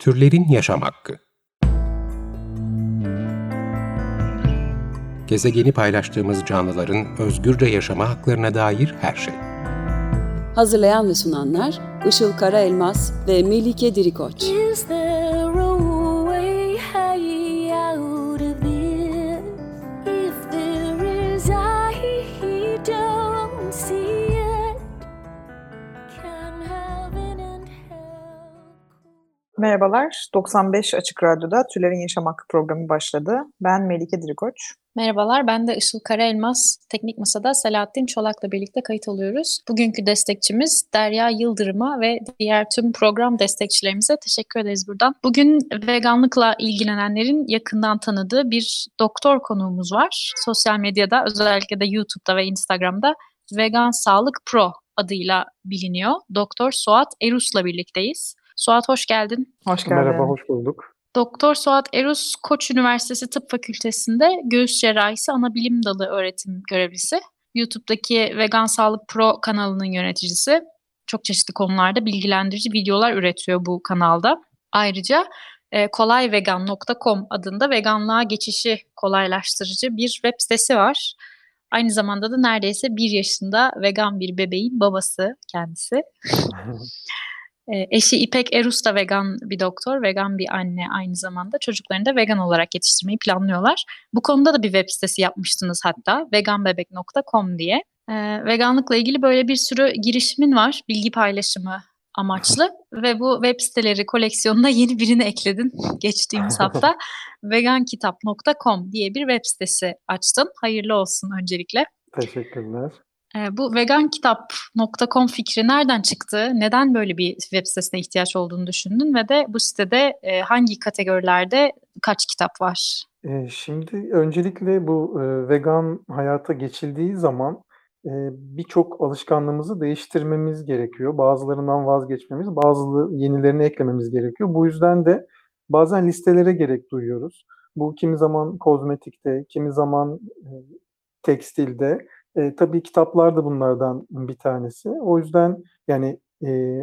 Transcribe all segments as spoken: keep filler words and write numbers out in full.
Türlerin yaşam hakkı. Gezegeni paylaştığımız canlıların özgürce yaşama haklarına dair her şey. Hazırlayan ve sunanlar Işıl Karaelmaz ve Melike Dirikoç. Merhabalar, doksan beş Açık Radyo'da Türlerin Yaşam Hakkı programı başladı. Ben Melike Dirikoç. Merhabalar, ben de Işıl Karaelmaz. Teknik Masa'da Selahattin Çolak'la birlikte kayıt alıyoruz. Bugünkü destekçimiz Derya Yıldırım'a ve diğer tüm program destekçilerimize teşekkür ederiz buradan. Bugün veganlıkla ilgilenenlerin yakından tanıdığı bir doktor konuğumuz var. Sosyal medyada, özellikle de YouTube'da ve Instagram'da Vegan Sağlık Pro adıyla biliniyor. Doktor Suat Erus'la birlikteyiz. Suat, hoş geldin. Hoş geldin. Merhaba, hoş bulduk. Doktor Suat Erus, Koç Üniversitesi Tıp Fakültesi'nde Göğüs Cerrahisi Anabilim Dalı öğretim görevlisi. YouTube'daki Vegan Sağlık Pro kanalının yöneticisi. Çok çeşitli konularda bilgilendirici videolar üretiyor bu kanalda. Ayrıca e, kolayvegan nokta com adında veganlığa geçişi kolaylaştırıcı bir web sitesi var. Aynı zamanda da neredeyse bir yaşında vegan bir bebeğin babası kendisi. E, eşi İpek Erus da vegan bir doktor, vegan bir anne aynı zamanda. Çocuklarını da vegan olarak yetiştirmeyi planlıyorlar. Bu konuda da bir web sitesi yapmıştınız hatta, vegan bebek nokta com diye. E, veganlıkla ilgili böyle bir sürü girişimin var, bilgi paylaşımı amaçlı. Ve bu web siteleri koleksiyonuna yeni birini ekledin geçtiğimiz hafta. vegan kitap nokta com diye bir web sitesi açtın. Hayırlı olsun öncelikle. Teşekkürler. E, bu vegan kitap nokta com fikri nereden çıktı? Neden böyle bir web sitesine ihtiyaç olduğunu düşündün? Ve de bu sitede e, hangi kategorilerde kaç kitap var? E, şimdi öncelikle bu e, vegan hayata geçildiği zaman e, birçok alışkanlığımızı değiştirmemiz gerekiyor. Bazılarından vazgeçmemiz, bazı yenilerini eklememiz gerekiyor. Bu yüzden de bazen listelere gerek duyuyoruz. Bu kimi zaman kozmetikte, kimi zaman e, tekstilde. E, tabii kitaplar da bunlardan bir tanesi. O yüzden yani e,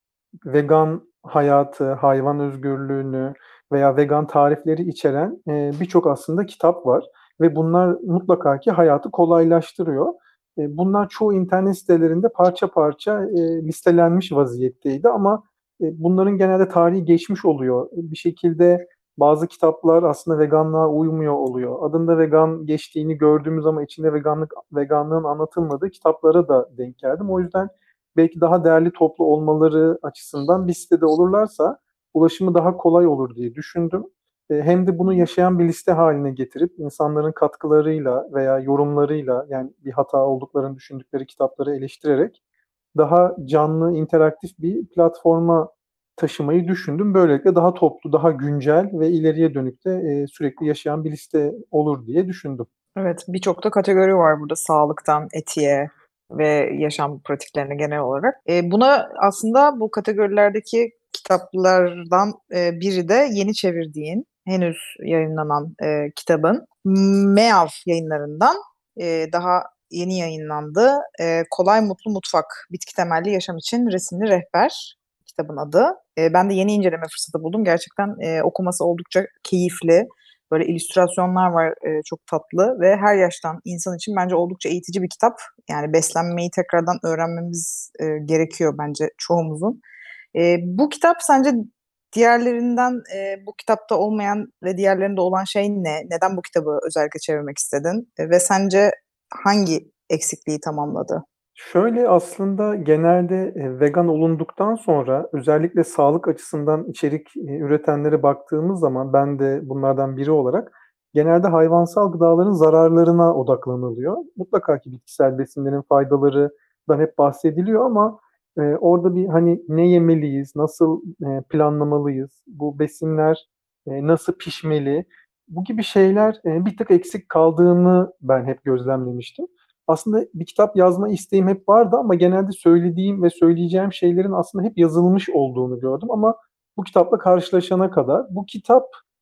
vegan hayatı, hayvan özgürlüğünü veya vegan tarifleri içeren e, birçok aslında kitap var. Ve bunlar mutlaka ki hayatı kolaylaştırıyor. E, bunlar çoğu internet sitelerinde parça parça e, listelenmiş vaziyetteydi ama e, bunların genelde tarihi geçmiş oluyor. Bir şekilde bazı kitaplar aslında veganlığa uymuyor oluyor. Adında vegan geçtiğini gördüğümüz ama içinde veganlık veganlığın anlatılmadığı kitaplara da denk geldim. O yüzden belki daha değerli toplu olmaları açısından bir sitede olurlarsa ulaşımı daha kolay olur diye düşündüm. Hem de bunu yaşayan bir liste haline getirip insanların katkılarıyla veya yorumlarıyla, yani bir hata olduklarını düşündükleri kitapları eleştirerek daha canlı, interaktif bir platforma taşımayı düşündüm. Böylelikle daha toplu, daha güncel ve ileriye dönük de e, sürekli yaşayan bir liste olur diye düşündüm. Evet, birçok da kategori var burada, sağlıktan etiğe ve yaşam pratiklerine genel olarak. E, buna aslında bu kategorilerdeki kitaplardan e, biri de yeni çevirdiğin, henüz yayınlanan e, kitabın Meav yayınlarından e, daha yeni yayınlandı. E, Kolay Mutlu Mutfak, Bitki Temelli Yaşam için Resimli Rehber kitabın adı. E, ben de yeni inceleme fırsatı buldum. Gerçekten e, okuması oldukça keyifli. Böyle illüstrasyonlar var, e, çok tatlı ve her yaştan insan için bence oldukça eğitici bir kitap. Yani beslenmeyi tekrardan öğrenmemiz e, gerekiyor bence çoğumuzun. E, bu kitap sence diğerlerinden, e, bu kitapta olmayan ve diğerlerinde olan şey ne? Neden bu kitabı özellikle çevirmek istedin? E, ve sence hangi eksikliği tamamladı? Şöyle, aslında genelde e, vegan olunduktan sonra özellikle sağlık açısından içerik e, üretenlere baktığımız zaman, ben de bunlardan biri olarak, genelde hayvansal gıdaların zararlarına odaklanılıyor. Mutlaka ki bitkisel besinlerin faydalarından hep bahsediliyor ama e, orada bir hani ne yemeliyiz, nasıl e, planlamalıyız, bu besinler e, nasıl pişmeli, bu gibi şeyler e, bir tık eksik kaldığını ben hep gözlemlemiştim. Aslında bir kitap yazma isteğim hep vardı ama genelde söylediğim ve söyleyeceğim şeylerin aslında hep yazılmış olduğunu gördüm ama bu kitapla karşılaşana kadar bu kitap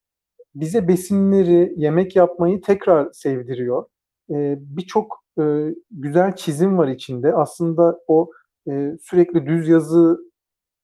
bize besinleri, yemek yapmayı tekrar sevdiriyor. Ee, birçok e, güzel çizim var içinde. Aslında o e, sürekli düz yazı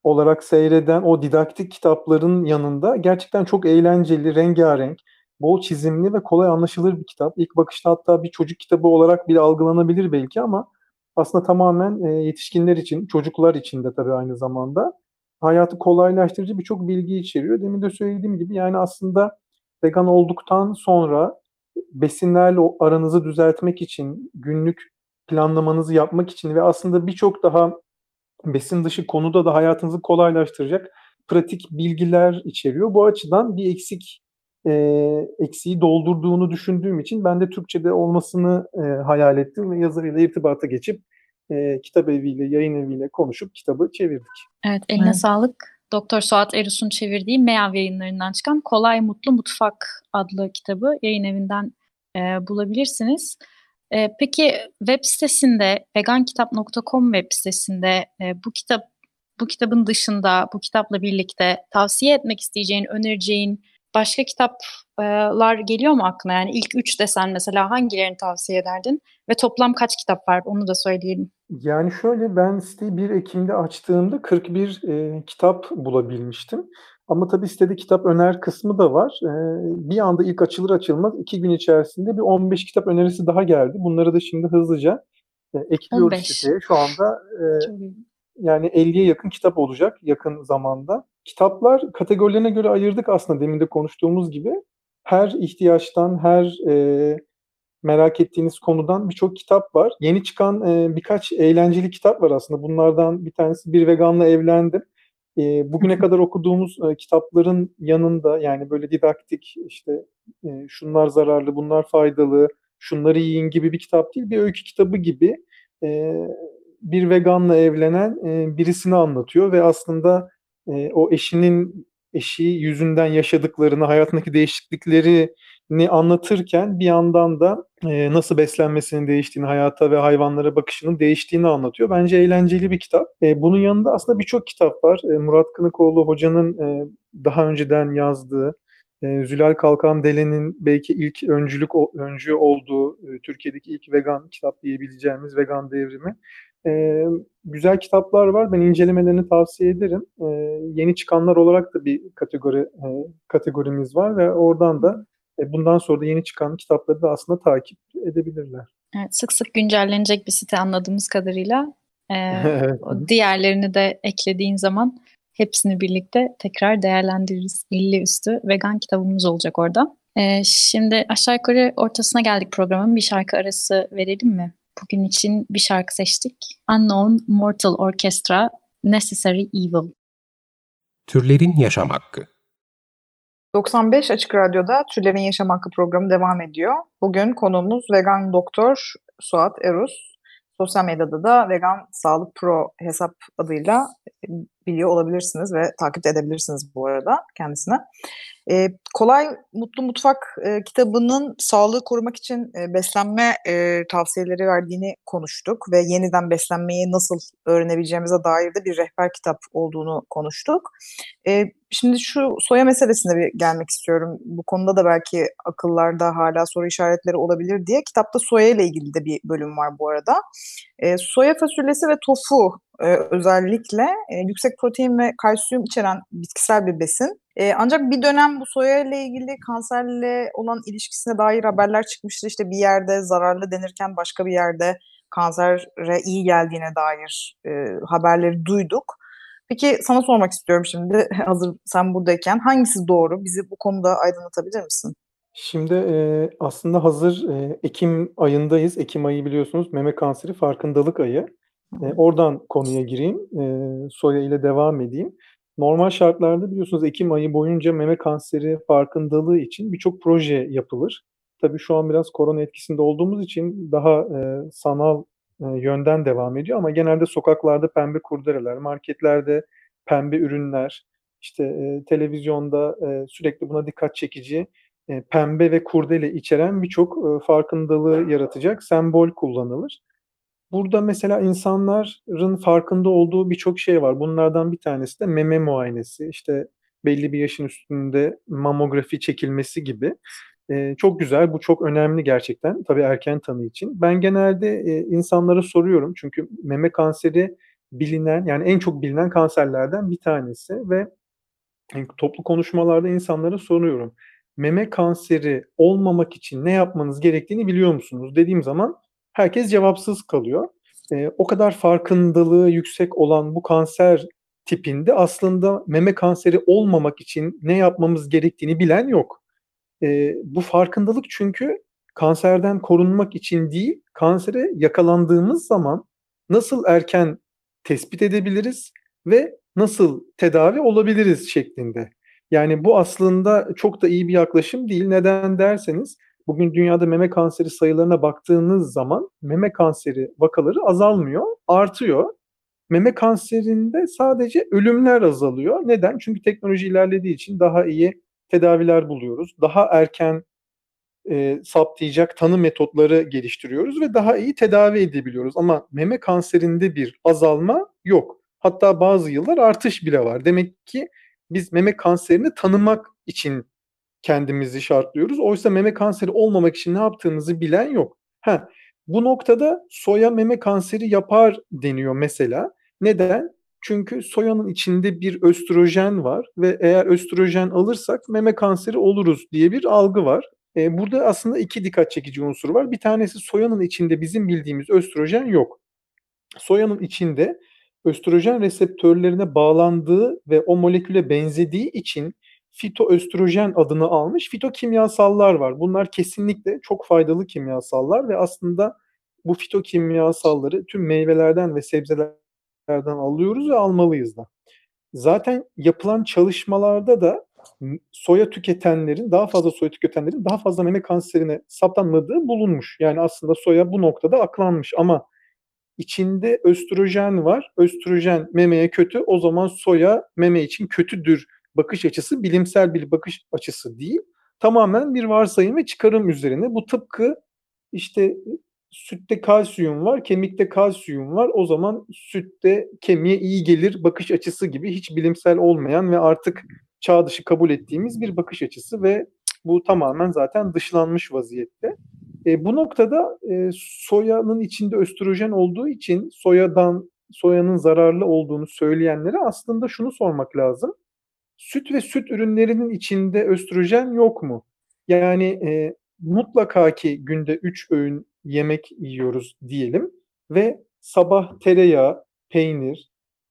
olarak seyreden o didaktik kitapların yanında gerçekten çok eğlenceli, rengarenk, bol çizimli ve kolay anlaşılır bir kitap. İlk bakışta hatta bir çocuk kitabı olarak bile algılanabilir belki ama aslında tamamen e, yetişkinler için, çocuklar için de tabii aynı zamanda hayatı kolaylaştırıcı birçok bilgi içeriyor. Demin de söylediğim gibi yani aslında vegan olduktan sonra besinlerle o aranızı düzeltmek için, günlük planlamanızı yapmak için ve aslında birçok daha besin dışı konuda da hayatınızı kolaylaştıracak pratik bilgiler içeriyor. Bu açıdan bir eksik e, eksiği doldurduğunu düşündüğüm için ben de Türkçe'de olmasını e, hayal ettim ve yazarıyla irtibata geçip e, kitap eviyle, yayın eviyle konuşup kitabı çevirdik. Evet, eline Evet. sağlık. Doktor Suat Erus'un çevirdiği Meav Yayınları'ndan çıkan Kolay Mutlu Mutfak adlı kitabı yayın evinden e, bulabilirsiniz. E, peki web sitesinde vegankitap nokta com web sitesinde e, bu kitap bu kitabın dışında bu kitapla birlikte tavsiye etmek isteyeceğin, önereceğin başka kitaplar geliyor mu aklına? Yani ilk üç desen mesela hangilerini tavsiye ederdin? Ve toplam kaç kitap var? Onu da söyleyelim. Yani şöyle, ben siteyi bir Ekim'de açtığımda kırk bir eee, kitap bulabilmiştim. Ama tabii sitede kitap öner kısmı da var. Eee, bir anda ilk açılır açılmaz iki gün içerisinde bir on beş kitap önerisi daha geldi. Bunları da şimdi hızlıca e, ekliyoruz on beş. siteye. Şu anda e, Çok iyi. yani elliye yakın kitap olacak yakın zamanda. Kitaplar kategorilerine göre ayırdık aslında demin de konuştuğumuz gibi. Her ihtiyaçtan, her e, merak ettiğiniz konudan birçok kitap var. Yeni çıkan e, birkaç eğlenceli kitap var aslında. Bunlardan bir tanesi Bir Veganla Evlendim. E, bugüne kadar okuduğumuz e, kitapların yanında yani böyle didaktik işte e, şunlar zararlı, bunlar faydalı, şunları yiyin gibi bir kitap değil. Bir öykü kitabı gibi e, bir veganla evlenen e, birisini anlatıyor ve aslında e, o eşinin eşi yüzünden yaşadıklarını, hayatındaki değişikliklerini anlatırken bir yandan da e, nasıl beslenmesinin değiştiğini, hayata ve hayvanlara bakışının değiştiğini anlatıyor. Bence eğlenceli bir kitap. E, bunun yanında aslında birçok kitap var. E, Murat Kınıkoğlu hocanın e, daha önceden yazdığı, e, Zülal Kalkan Delen'in belki ilk öncülük öncü olduğu e, Türkiye'deki ilk vegan kitap diyebileceğimiz Vegan Devrimi. E, güzel kitaplar var. Ben incelemelerini tavsiye ederim. E, yeni çıkanlar olarak da bir kategori e, kategorimiz var ve oradan da e, bundan sonra da yeni çıkan kitapları da aslında takip edebilirler. Evet, sık sık güncellenecek bir site anladığımız kadarıyla. Ee, Evet. o diğerlerini de eklediğin zaman hepsini birlikte tekrar değerlendiririz. elli üstü vegan kitabımız olacak orada. Ee, şimdi aşağı yukarı ortasına geldik programın. Bir şarkı arası verelim mi? Bugün için bir şarkı seçtik. Unknown Mortal Orchestra, Necessary Evil. Türlerin Yaşam Hakkı. doksan beş Açık Radyo'da Türlerin Yaşam Hakkı programı devam ediyor. Bugün konuğumuz vegan doktor Suat Erus. Sosyal medyada da Vegan Sağlık Pro hesap adıyla biliyor olabilirsiniz ve takip edebilirsiniz bu arada kendisine. Ee, Kolay Mutlu Mutfak e, kitabının sağlığı korumak için e, beslenme e, tavsiyeleri verdiğini konuştuk ve yeniden beslenmeyi nasıl öğrenebileceğimize dair de bir rehber kitap olduğunu konuştuk. E, şimdi şu soya meselesine bir gelmek istiyorum. Bu konuda da belki akıllarda hala soru işaretleri olabilir diye. Kitapta soya ile ilgili de bir bölüm var bu arada. E, soya fasulyesi ve tofu e, özellikle e, yüksek protein ve kalsiyum içeren bitkisel bir besin. E, ancak bir dönem bu soya ile ilgili kanserle olan ilişkisine dair haberler çıkmıştı. İşte bir yerde zararlı denirken başka bir yerde kansere iyi geldiğine dair e, haberleri duyduk. Peki sana sormak istiyorum şimdi hazır sen buradayken hangisi doğru? Bizi bu konuda aydınlatabilir misin? Şimdi e, aslında hazır e, Ekim ayındayız. Ekim ayı biliyorsunuz meme kanseri farkındalık ayı. E, oradan konuya gireyim. E, soya ile devam edeyim. Normal şartlarda biliyorsunuz Ekim ayı boyunca meme kanseri farkındalığı için birçok proje yapılır. Tabii şu an biraz korona etkisinde olduğumuz için daha e, sanal e, yönden devam ediyor ama genelde sokaklarda pembe kurdeleler, marketlerde pembe ürünler, işte e, televizyonda e, sürekli buna dikkat çekici e, pembe ve kurdele içeren birçok e, farkındalığı yaratacak sembol kullanılır. Burada mesela insanların farkında olduğu birçok şey var. Bunlardan bir tanesi de meme muayenesi. İşte belli bir yaşın üstünde mamografi çekilmesi gibi. Ee, çok güzel, bu çok önemli gerçekten. Tabii erken tanı için. Ben genelde e, insanlara soruyorum çünkü meme kanseri bilinen, yani en çok bilinen kanserlerden bir tanesi ve hani toplu konuşmalarda insanlara soruyorum. Meme kanseri olmamak için ne yapmanız gerektiğini biliyor musunuz dediğim zaman herkes cevapsız kalıyor. Eee, o kadar farkındalığı yüksek olan bu kanser tipinde aslında meme kanseri olmamak için ne yapmamız gerektiğini bilen yok. Eee, bu farkındalık çünkü kanserden korunmak için değil, kansere yakalandığımız zaman nasıl erken tespit edebiliriz ve nasıl tedavi olabiliriz şeklinde. Yani bu aslında çok da iyi bir yaklaşım değil. Neden derseniz, bugün dünyada meme kanseri sayılarına baktığınız zaman meme kanseri vakaları azalmıyor, artıyor. Meme kanserinde sadece ölümler azalıyor. Neden? Çünkü teknoloji ilerlediği için daha iyi tedaviler buluyoruz. Daha erken eee, saptayacak tanı metotları geliştiriyoruz ve daha iyi tedavi edebiliyoruz. Ama meme kanserinde bir azalma yok. Hatta bazı yıllar artış bile var. Demek ki biz meme kanserini tanımak için kendimizi şartlıyoruz. Oysa meme kanseri olmamak için ne yaptığımızı bilen yok. Ha, bu noktada soya meme kanseri yapar deniyor mesela. Neden? Çünkü soyanın içinde bir östrojen var ve eğer östrojen alırsak meme kanseri oluruz diye bir algı var. Eee, burada aslında iki dikkat çekici unsur var. Bir tanesi, soyanın içinde bizim bildiğimiz östrojen yok. Soyanın içinde östrojen reseptörlerine bağlandığı ve o moleküle benzediği için fitoöstrojen adını almış fitokimyasallar var. Bunlar kesinlikle çok faydalı kimyasallar ve aslında bu fitokimyasalları tüm meyvelerden ve sebzelerden alıyoruz ve almalıyız da. Zaten yapılan çalışmalarda da m soya tüketenlerin, daha fazla soya tüketenlerin daha fazla meme kanserine saptanmadığı bulunmuş. Yani aslında soya bu noktada aklanmış ama içinde östrojen var. Östrojen memeye kötü, o zaman soya meme için kötüdür bakış açısı bilimsel bir bakış açısı değil. Tamamen bir varsayım ve çıkarım üzerine. Bu tıpkı işte sütte kalsiyum var, kemikte kalsiyum var. O zaman sütte kemiğe iyi gelir bakış açısı gibi hiç bilimsel olmayan ve artık çağ dışı kabul ettiğimiz bir bakış açısı ve bu tamamen zaten dışlanmış vaziyette. E, bu noktada e, soyanın içinde östrojen olduğu için soyadan soyanın zararlı olduğunu söyleyenlere aslında şunu sormak lazım. Süt ve süt ürünlerinin içinde östrojen yok mu? Yani e, mutlaka ki günde üç öğün yemek yiyoruz diyelim ve sabah tereyağı, peynir,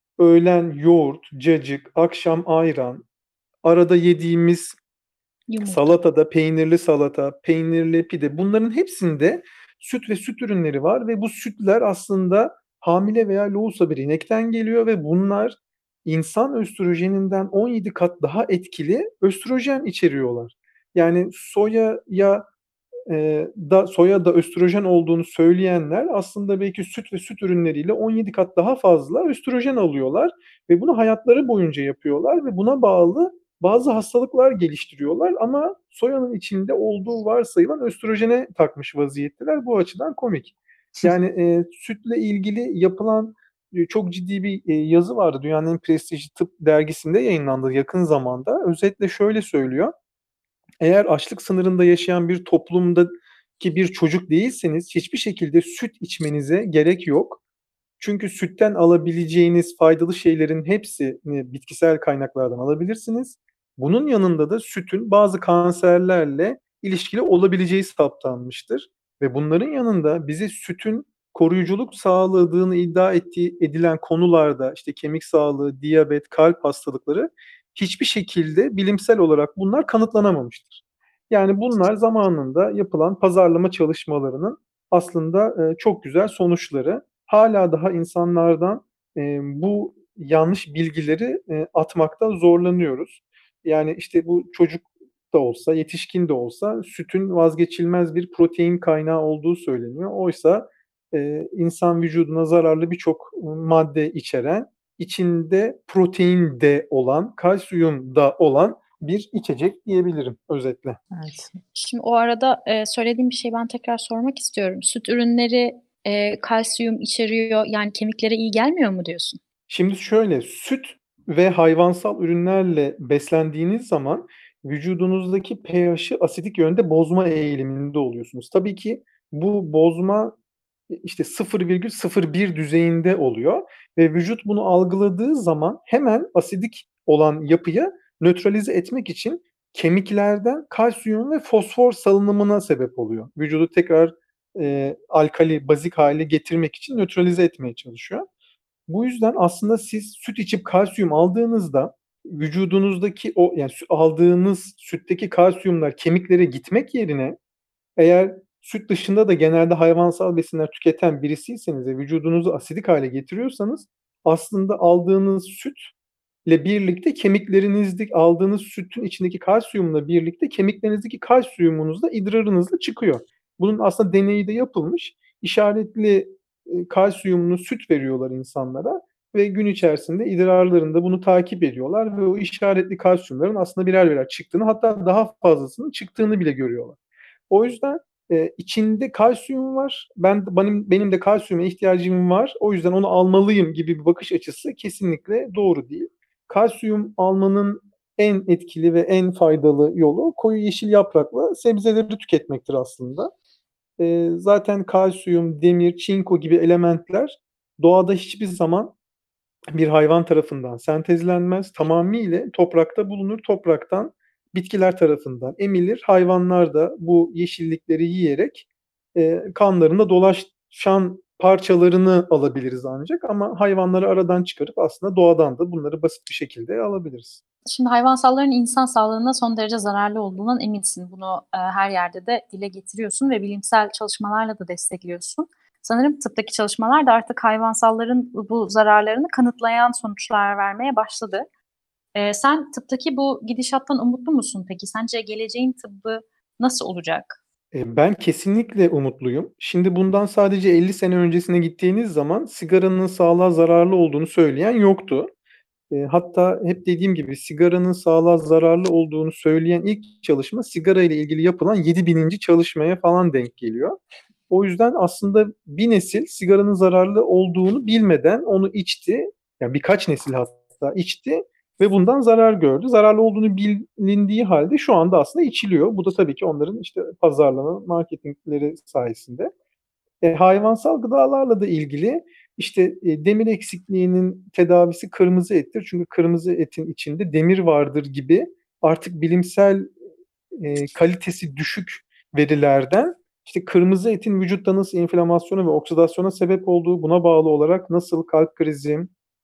öğlen yoğurt, cacık, akşam ayran, arada yediğimiz Yumurta. salatada peynirli salata, peynirli pide, bunların hepsinde süt ve süt ürünleri var ve bu sütler aslında hamile veya lohusa bir inekten geliyor ve bunlar insan östrojeninden on yedi kat daha etkili östrojen içeriyorlar. Yani soyaya eee, da soyada östrojen olduğunu söyleyenler aslında belki süt ve süt ürünleriyle on yedi kat daha fazla östrojen alıyorlar ve bunu hayatları boyunca yapıyorlar ve buna bağlı bazı hastalıklar geliştiriyorlar ama soyanın içinde olduğu varsayılan östrojene takmış vaziyetteler. Bu açıdan komik. Yani, eee, sütle ilgili yapılan, eee, çok ciddi bir, eee, yazı vardı. Dünyanın en prestijli tıp dergisinde yayınlandı yakın zamanda. Özetle şöyle söylüyor: Eğer açlık sınırında yaşayan bir toplumdaki bir çocuk değilseniz hiçbir şekilde süt içmenize gerek yok. Çünkü sütten alabileceğiniz faydalı şeylerin hepsini bitkisel kaynaklardan alabilirsiniz. Bunun yanında da sütün bazı kanserlerle ilişkili olabileceği saptanmıştır ve bunların yanında bize sütün koruyuculuk sağladığını iddia ettiği edilen konularda, işte kemik sağlığı, diyabet, kalp hastalıkları, hiçbir şekilde bilimsel olarak bunlar kanıtlanamamıştır. Yani bunlar zamanında yapılan pazarlama çalışmalarının aslında, eee, çok güzel sonuçları. Hâlâ daha insanlardan, eee, bu yanlış bilgileri, eee, atmakta zorlanıyoruz. Yani, işte, bu çocuk da olsa, yetişkin de olsa sütün vazgeçilmez bir protein kaynağı olduğu söyleniyor. Oysa, eee, insan vücuduna zararlı birçok, ııı, madde içeren, içinde protein de olan, kalsiyum da olan bir içecek diyebilirim özetle. Evet. Şimdi o arada, eee, söylediğin bir şeyi ben tekrar sormak istiyorum. Süt ürünleri, eee, kalsiyum içeriyor, yani kemiklere iyi gelmiyor mu diyorsun? Şimdi şöyle, süt ve hayvansal ürünlerle beslendiğiniz zaman vücudunuzdaki pH'i asidik yönde bozma eğiliminde oluyorsunuz. Tabii ki bu bozma işte sıfır virgül sıfır bir düzeyinde oluyor ve vücut bunu algıladığı zaman hemen asidik olan yapıyı nötralize etmek için kemiklerden kalsiyum ve fosfor salınımına sebep oluyor. Vücudu tekrar e, alkali, bazik hale getirmek için nötralize etmeye çalışıyor. Bu yüzden aslında siz süt içip kalsiyum aldığınızda vücudunuzdaki o yani aldığınız sütteki kalsiyumlar kemiklere gitmek yerine eğer süt dışında da genelde hayvansal besinler tüketen birisiyseniz ve vücudunuzu asidik hale getiriyorsanız aslında aldığınız sütle birlikte kemiklerinizde aldığınız sütün içindeki kalsiyumla birlikte kemiklerinizdeki kalsiyumunuz da idrarınızla çıkıyor. Bunun aslında deneyi de yapılmış. İşaretli e, kalsiyumlu süt veriyorlar insanlara ve gün içerisinde idrarlarında bunu takip ediyorlar ve o işaretli kalsiyumların aslında birer birer çıktığını, hatta daha fazlasının çıktığını bile görüyorlar. O yüzden e, içinde kalsiyum var. Ben benim benim de kalsiyuma ihtiyacım var. O yüzden onu almalıyım gibi bir bakış açısı kesinlikle doğru değil. Kalsiyum almanın en etkili ve en faydalı yolu koyu yeşil yapraklı sebzeleri tüketmektir aslında. E, zaten kalsiyum, demir, çinko gibi elementler doğada hiçbir zaman bir hayvan tarafından sentezlenmez. Tamamıyla toprakta bulunur. Topraktan bitkiler tarafından emilir. Hayvanlar da bu yeşillikleri yiyerek e, kanlarında dolaşan parçalarını alabiliriz ancak, ama hayvanları aradan çıkarıp aslında doğadan da bunları basit bir şekilde alabiliriz. Şimdi hayvansalların insan sağlığına son derece zararlı olduğundan eminsin. Bunu e, her yerde de dile getiriyorsun ve bilimsel çalışmalarla da destekliyorsun. Sanırım tıptaki çalışmalar da artık hayvansalların bu zararlarını kanıtlayan sonuçlar vermeye başladı. Ee, sen tıptaki bu gidişattan umutlu musun peki? Sence geleceğin tıbbı nasıl olacak? E, Ben kesinlikle umutluyum. Şimdi bundan sadece elli sene öncesine gittiğiniz zaman sigaranın sağlığa zararlı olduğunu söyleyen yoktu. E, hatta hep dediğim gibi sigaranın sağlığa zararlı olduğunu söyleyen ilk çalışma sigara ile ilgili yapılan yedi bininci çalışmaya falan denk geliyor. O yüzden aslında bir nesil sigaranın zararlı olduğunu bilmeden onu içti. Yani birkaç nesil hatta içti ve bundan zarar gördü. Zararlı olduğunu bilindiği halde şu anda aslında içiliyor. Bu da tabii ki onların işte pazarlama, marketingleri sayesinde. E, hayvansal gıdalarla da ilgili işte e, demir eksikliğinin tedavisi kırmızı ettir. Çünkü kırmızı etin içinde demir vardır gibi artık bilimsel e, kalitesi düşük verilerden işte kırmızı etin vücutta nasıl inflamasyona ve oksidasyona sebep olduğu, buna bağlı olarak nasıl kalp krizi,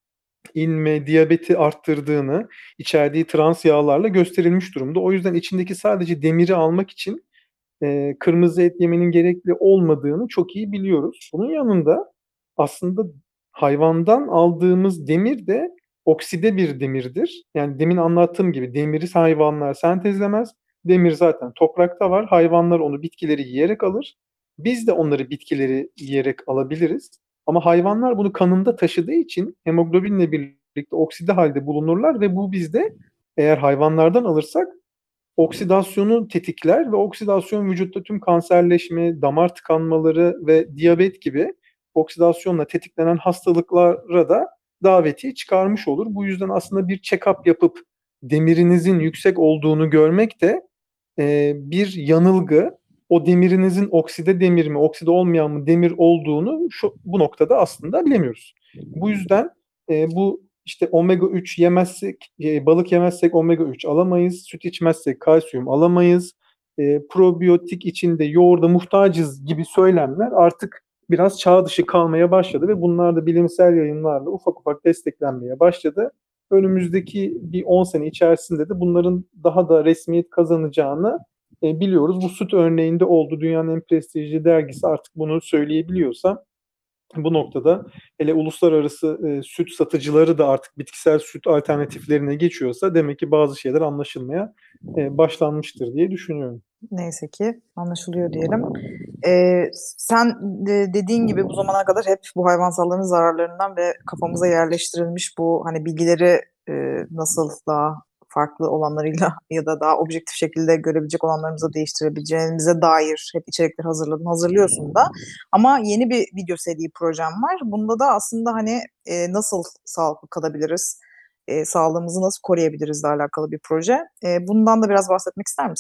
inme, diyabeti arttırdığını içerdiği trans yağlarla gösterilmiş durumda. O yüzden içindeki sadece demiri almak için e, kırmızı et yemenin gerekli olmadığını çok iyi biliyoruz. Bunun yanında aslında hayvandan aldığımız demir de okside bir demirdir. Yani demin anlattığım gibi demiri hayvanlar sentezlemez. Demir zaten toprakta var. Hayvanlar onu bitkileri yiyerek alır. Biz de onları bitkileri yiyerek alabiliriz. Ama hayvanlar bunu kanında taşıdığı için hemoglobinle birlikte okside halde bulunurlar ve bu bizde, eğer hayvanlardan alırsak, oksidasyonu tetikler ve oksidasyon vücutta tüm kanserleşme, damar tıkanmaları ve diyabet gibi oksidasyonla tetiklenen hastalıklara da davetiye çıkarmış olur. Bu yüzden aslında bir check-up yapıp demirinizin yüksek olduğunu görmek de e, bir yanılgı. O demirinizin okside demir mi, okside olmayan mı demir olduğunu şu bu noktada aslında bilemiyoruz. Bu yüzden e, bu işte omega üç yemezsek, e, balık yemezsek omega üç alamayız, süt içmezsek kalsiyum alamayız, e, probiyotik içinde yoğurda muhtacız gibi söylemler artık biraz çağ dışı kalmaya başladı ve bunlar da bilimsel yayınlarla ufak ufak desteklenmeye başladı. Önümüzdeki bir on sene içerisinde de bunların daha da resmiyet kazanacağını e, biliyoruz. Bu süt örneğinde oldu. Dünyanın en prestijli dergisi artık bunu söyleyebiliyorsa, bu noktada hele uluslararası e, süt satıcıları da artık bitkisel süt alternatiflerine geçiyorsa demek ki bazı şeyler anlaşılmaya e, başlanmıştır diye düşünüyorum. Neyse ki anlaşılıyor diyelim. Ee, sen de dediğin gibi bu zamana kadar hep bu hayvansalların zararlarından ve kafamıza yerleştirilmiş bu hani bilgileri e, nasıl daha farklı olanlarıyla ya da daha objektif şekilde görebilecek olanlarımıza değiştirebileceğimize dair hep içerikler hazırladın, hazırlıyorsun da. Ama yeni bir video seri projem var. Bunda da aslında hani e, nasıl sağlıklı kalabiliriz, e, sağlığımızı nasıl koruyabiliriz ile alakalı bir proje. E, bundan da biraz bahsetmek ister misin?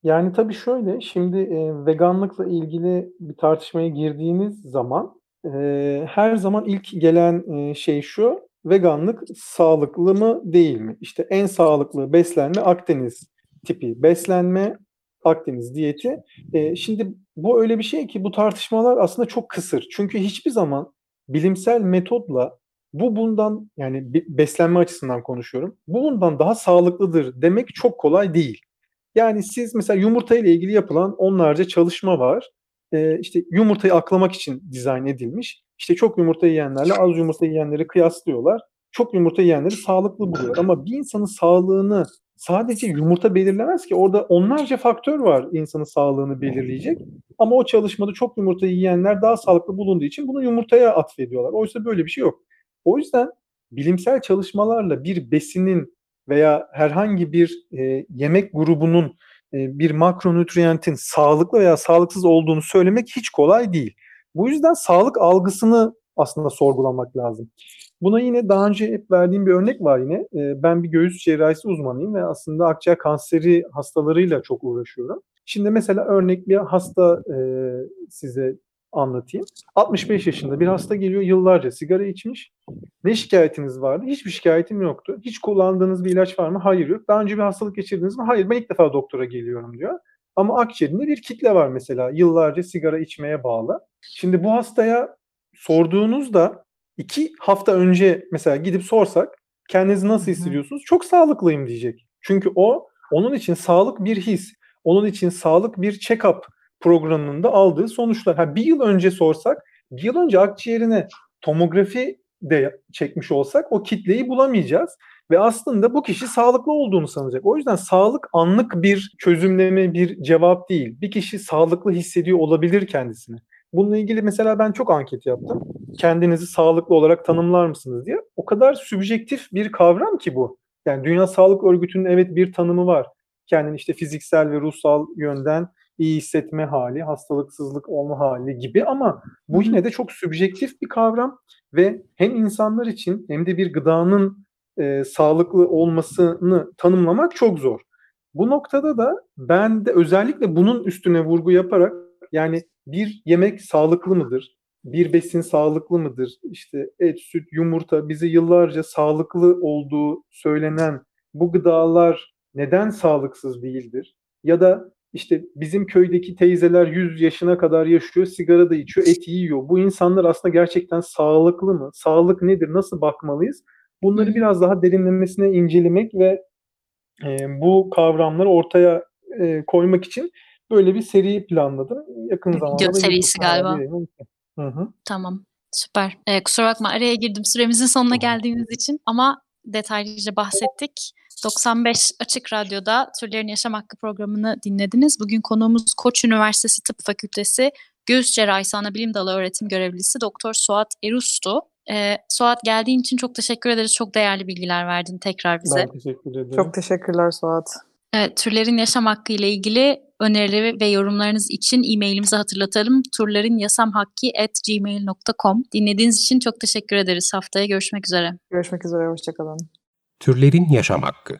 Yani, tabii şöyle, şimdi, eee, veganlıkla ilgili bir tartışmaya girdiğiniz zaman, eee, her zaman ilk gelen, eee, şey şu: Veganlık sağlıklı mı, değil mi? İşte, en sağlıklı beslenme Akdeniz tipi beslenme, Akdeniz diyeti. Eee, şimdi bu öyle bir şey ki bu tartışmalar aslında çok kısır. Çünkü hiçbir zaman bilimsel metotla bu bundan, yani, be beslenme açısından konuşuyorum, bu bundan daha sağlıklıdır demek çok kolay değil. Yani, siz mesela yumurtayla ilgili yapılan onlarca çalışma var. Eee, işte, yumurtayı aklamak için dizayn edilmiş. İşte, çok yumurta yiyenlerle az yumurta yiyenleri kıyaslıyorlar. Çok yumurta yiyenleri sağlıklı buluyor ama bir insanın sağlığını sadece yumurta belirlemez ki. Orada onlarca faktör var insanın sağlığını belirleyecek ama o çalışmada çok yumurta yiyenler daha sağlıklı bulunduğu için bunu yumurtaya atfediyorlar. Oysa böyle bir şey yok. O yüzden bilimsel çalışmalarla bir besinin veya herhangi bir, eee, yemek grubunun, eee, bir makronütriyentin sağlıklı veya sağlıksız olduğunu söylemek hiç kolay değil. Bu yüzden sağlık algısını aslında sorgulamak lazım. Buna yine daha önce hep verdiğim bir örnek var yine. Eee, ben bir göğüs cerrahisi uzmanıyım ve aslında akciğer kanseri hastalarıyla çok uğraşıyorum. Şimdi mesela örnek bir hasta, eee, size anlatayım. altmış beş yaşında bir hasta geliyor, yıllarca sigara içmiş. Ne şikâyetiniz vardı? Hiçbir şikâyetim yoktu. Hiç kullandığınız bir ilaç var mı? Hayır, yok. Daha önce bir hastalık geçirdiniz mi? Hayır, ben ilk defa doktora geliyorum diyor. Ama akciğerinde bir kitle var mesela, yıllarca sigara içmeye bağlı. Şimdi bu hastaya sorduğunuzda iki hafta önce mesela gidip sorsak, "Kendinizi nasıl Hı hı. hissediyorsunuz?" "Çok sağlıklıyım." diyecek. Çünkü o, onun için sağlık bir his. Onun için sağlık bir check-up programında aldığı sonuçlar. Ha, bir yıl önce sorsak, bir yıl önce akciğerine tomografi de çekmiş olsak o kitleyi bulamayacağız ve aslında bu kişi sağlıklı olduğunu sanacak. O yüzden sağlık anlık bir çözümleme, bir cevap değil. Bir kişi sağlıklı hissediyor olabilir kendisini. Bununla ilgili mesela ben çok anket yaptım. "Kendinizi sağlıklı olarak tanımlar mısınız?" diye. O kadar sübjektif bir kavram ki bu. Yani Dünya Sağlık Örgütü'nün evet bir tanımı var. Kendini işte fiziksel ve ruhsal yönden iyi hissetme hâli, hastalıksızlık olma hâli gibi ama bu yine de çok sübjektif bir kavram ve hem insanlar için hem de bir gıdanın, eee, sağlıklı olmasını tanımlamak çok zor. Bu noktada da ben de özellikle bunun üstüne vurgu yaparak, yani bir yemek sağlıklı mıdır? Bir besin sağlıklı mıdır? İşte et, süt, yumurta bize yıllarca sağlıklı olduğu söylenen bu gıdalar neden sağlıksız değildir? Ya da işte bizim köydeki teyzeler yüz yaşına kadar yaşıyor, sigara da içiyor, et yiyor. Bu insanlar aslında gerçekten sağlıklı mı? Sağlık nedir? Nasıl bakmalıyız? Bunları biraz daha derinlemesine incelemek ve, eee, bu kavramları ortaya, eee, koymak için böyle bir seri planladım. Yakın Video zamanda da YouTube serisi kanalında galiba. yayınlanacak. Hı hı. Tamam, süper. Eee, kusura bakma araya girdim süremizin sonuna geldiğimiz için ama detaylıca bahsettik. doksan beş Açık Radyo'da Türlerin Yaşam Hakkı programını dinlediniz. Bugün konuğumuz Koç Üniversitesi Tıp Fakültesi Göğüs Cerrahisi Anabilim Dalı Öğretim Görevlisi Doktor Suat Erus'tu. Eee, Suat geldiğin için çok teşekkür ederiz. Çok değerli bilgiler verdin tekrar bize. Ben teşekkür ederim. Çok teşekkürler Suat. Evet, Türlerin Yaşam Hakkı ile ilgili önerileri ve yorumlarınız için e-mailimizi hatırlatalım. turlerinyasamhakki at gmail nokta com. Dinlediğiniz için çok teşekkür ederiz. Haftaya görüşmek üzere. Görüşmek üzere, hoşça kalın. Türlerin Yaşam Hakkı.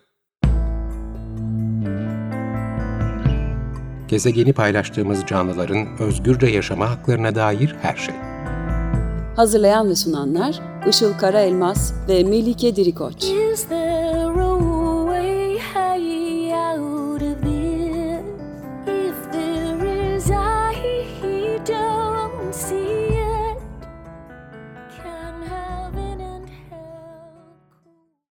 Gezegeni paylaştığımız canlıların özgürce yaşama haklarına dair her şey. Hazırlayan ve sunanlar Işıl Karaelmaz ve Melike Dirikoç. Is there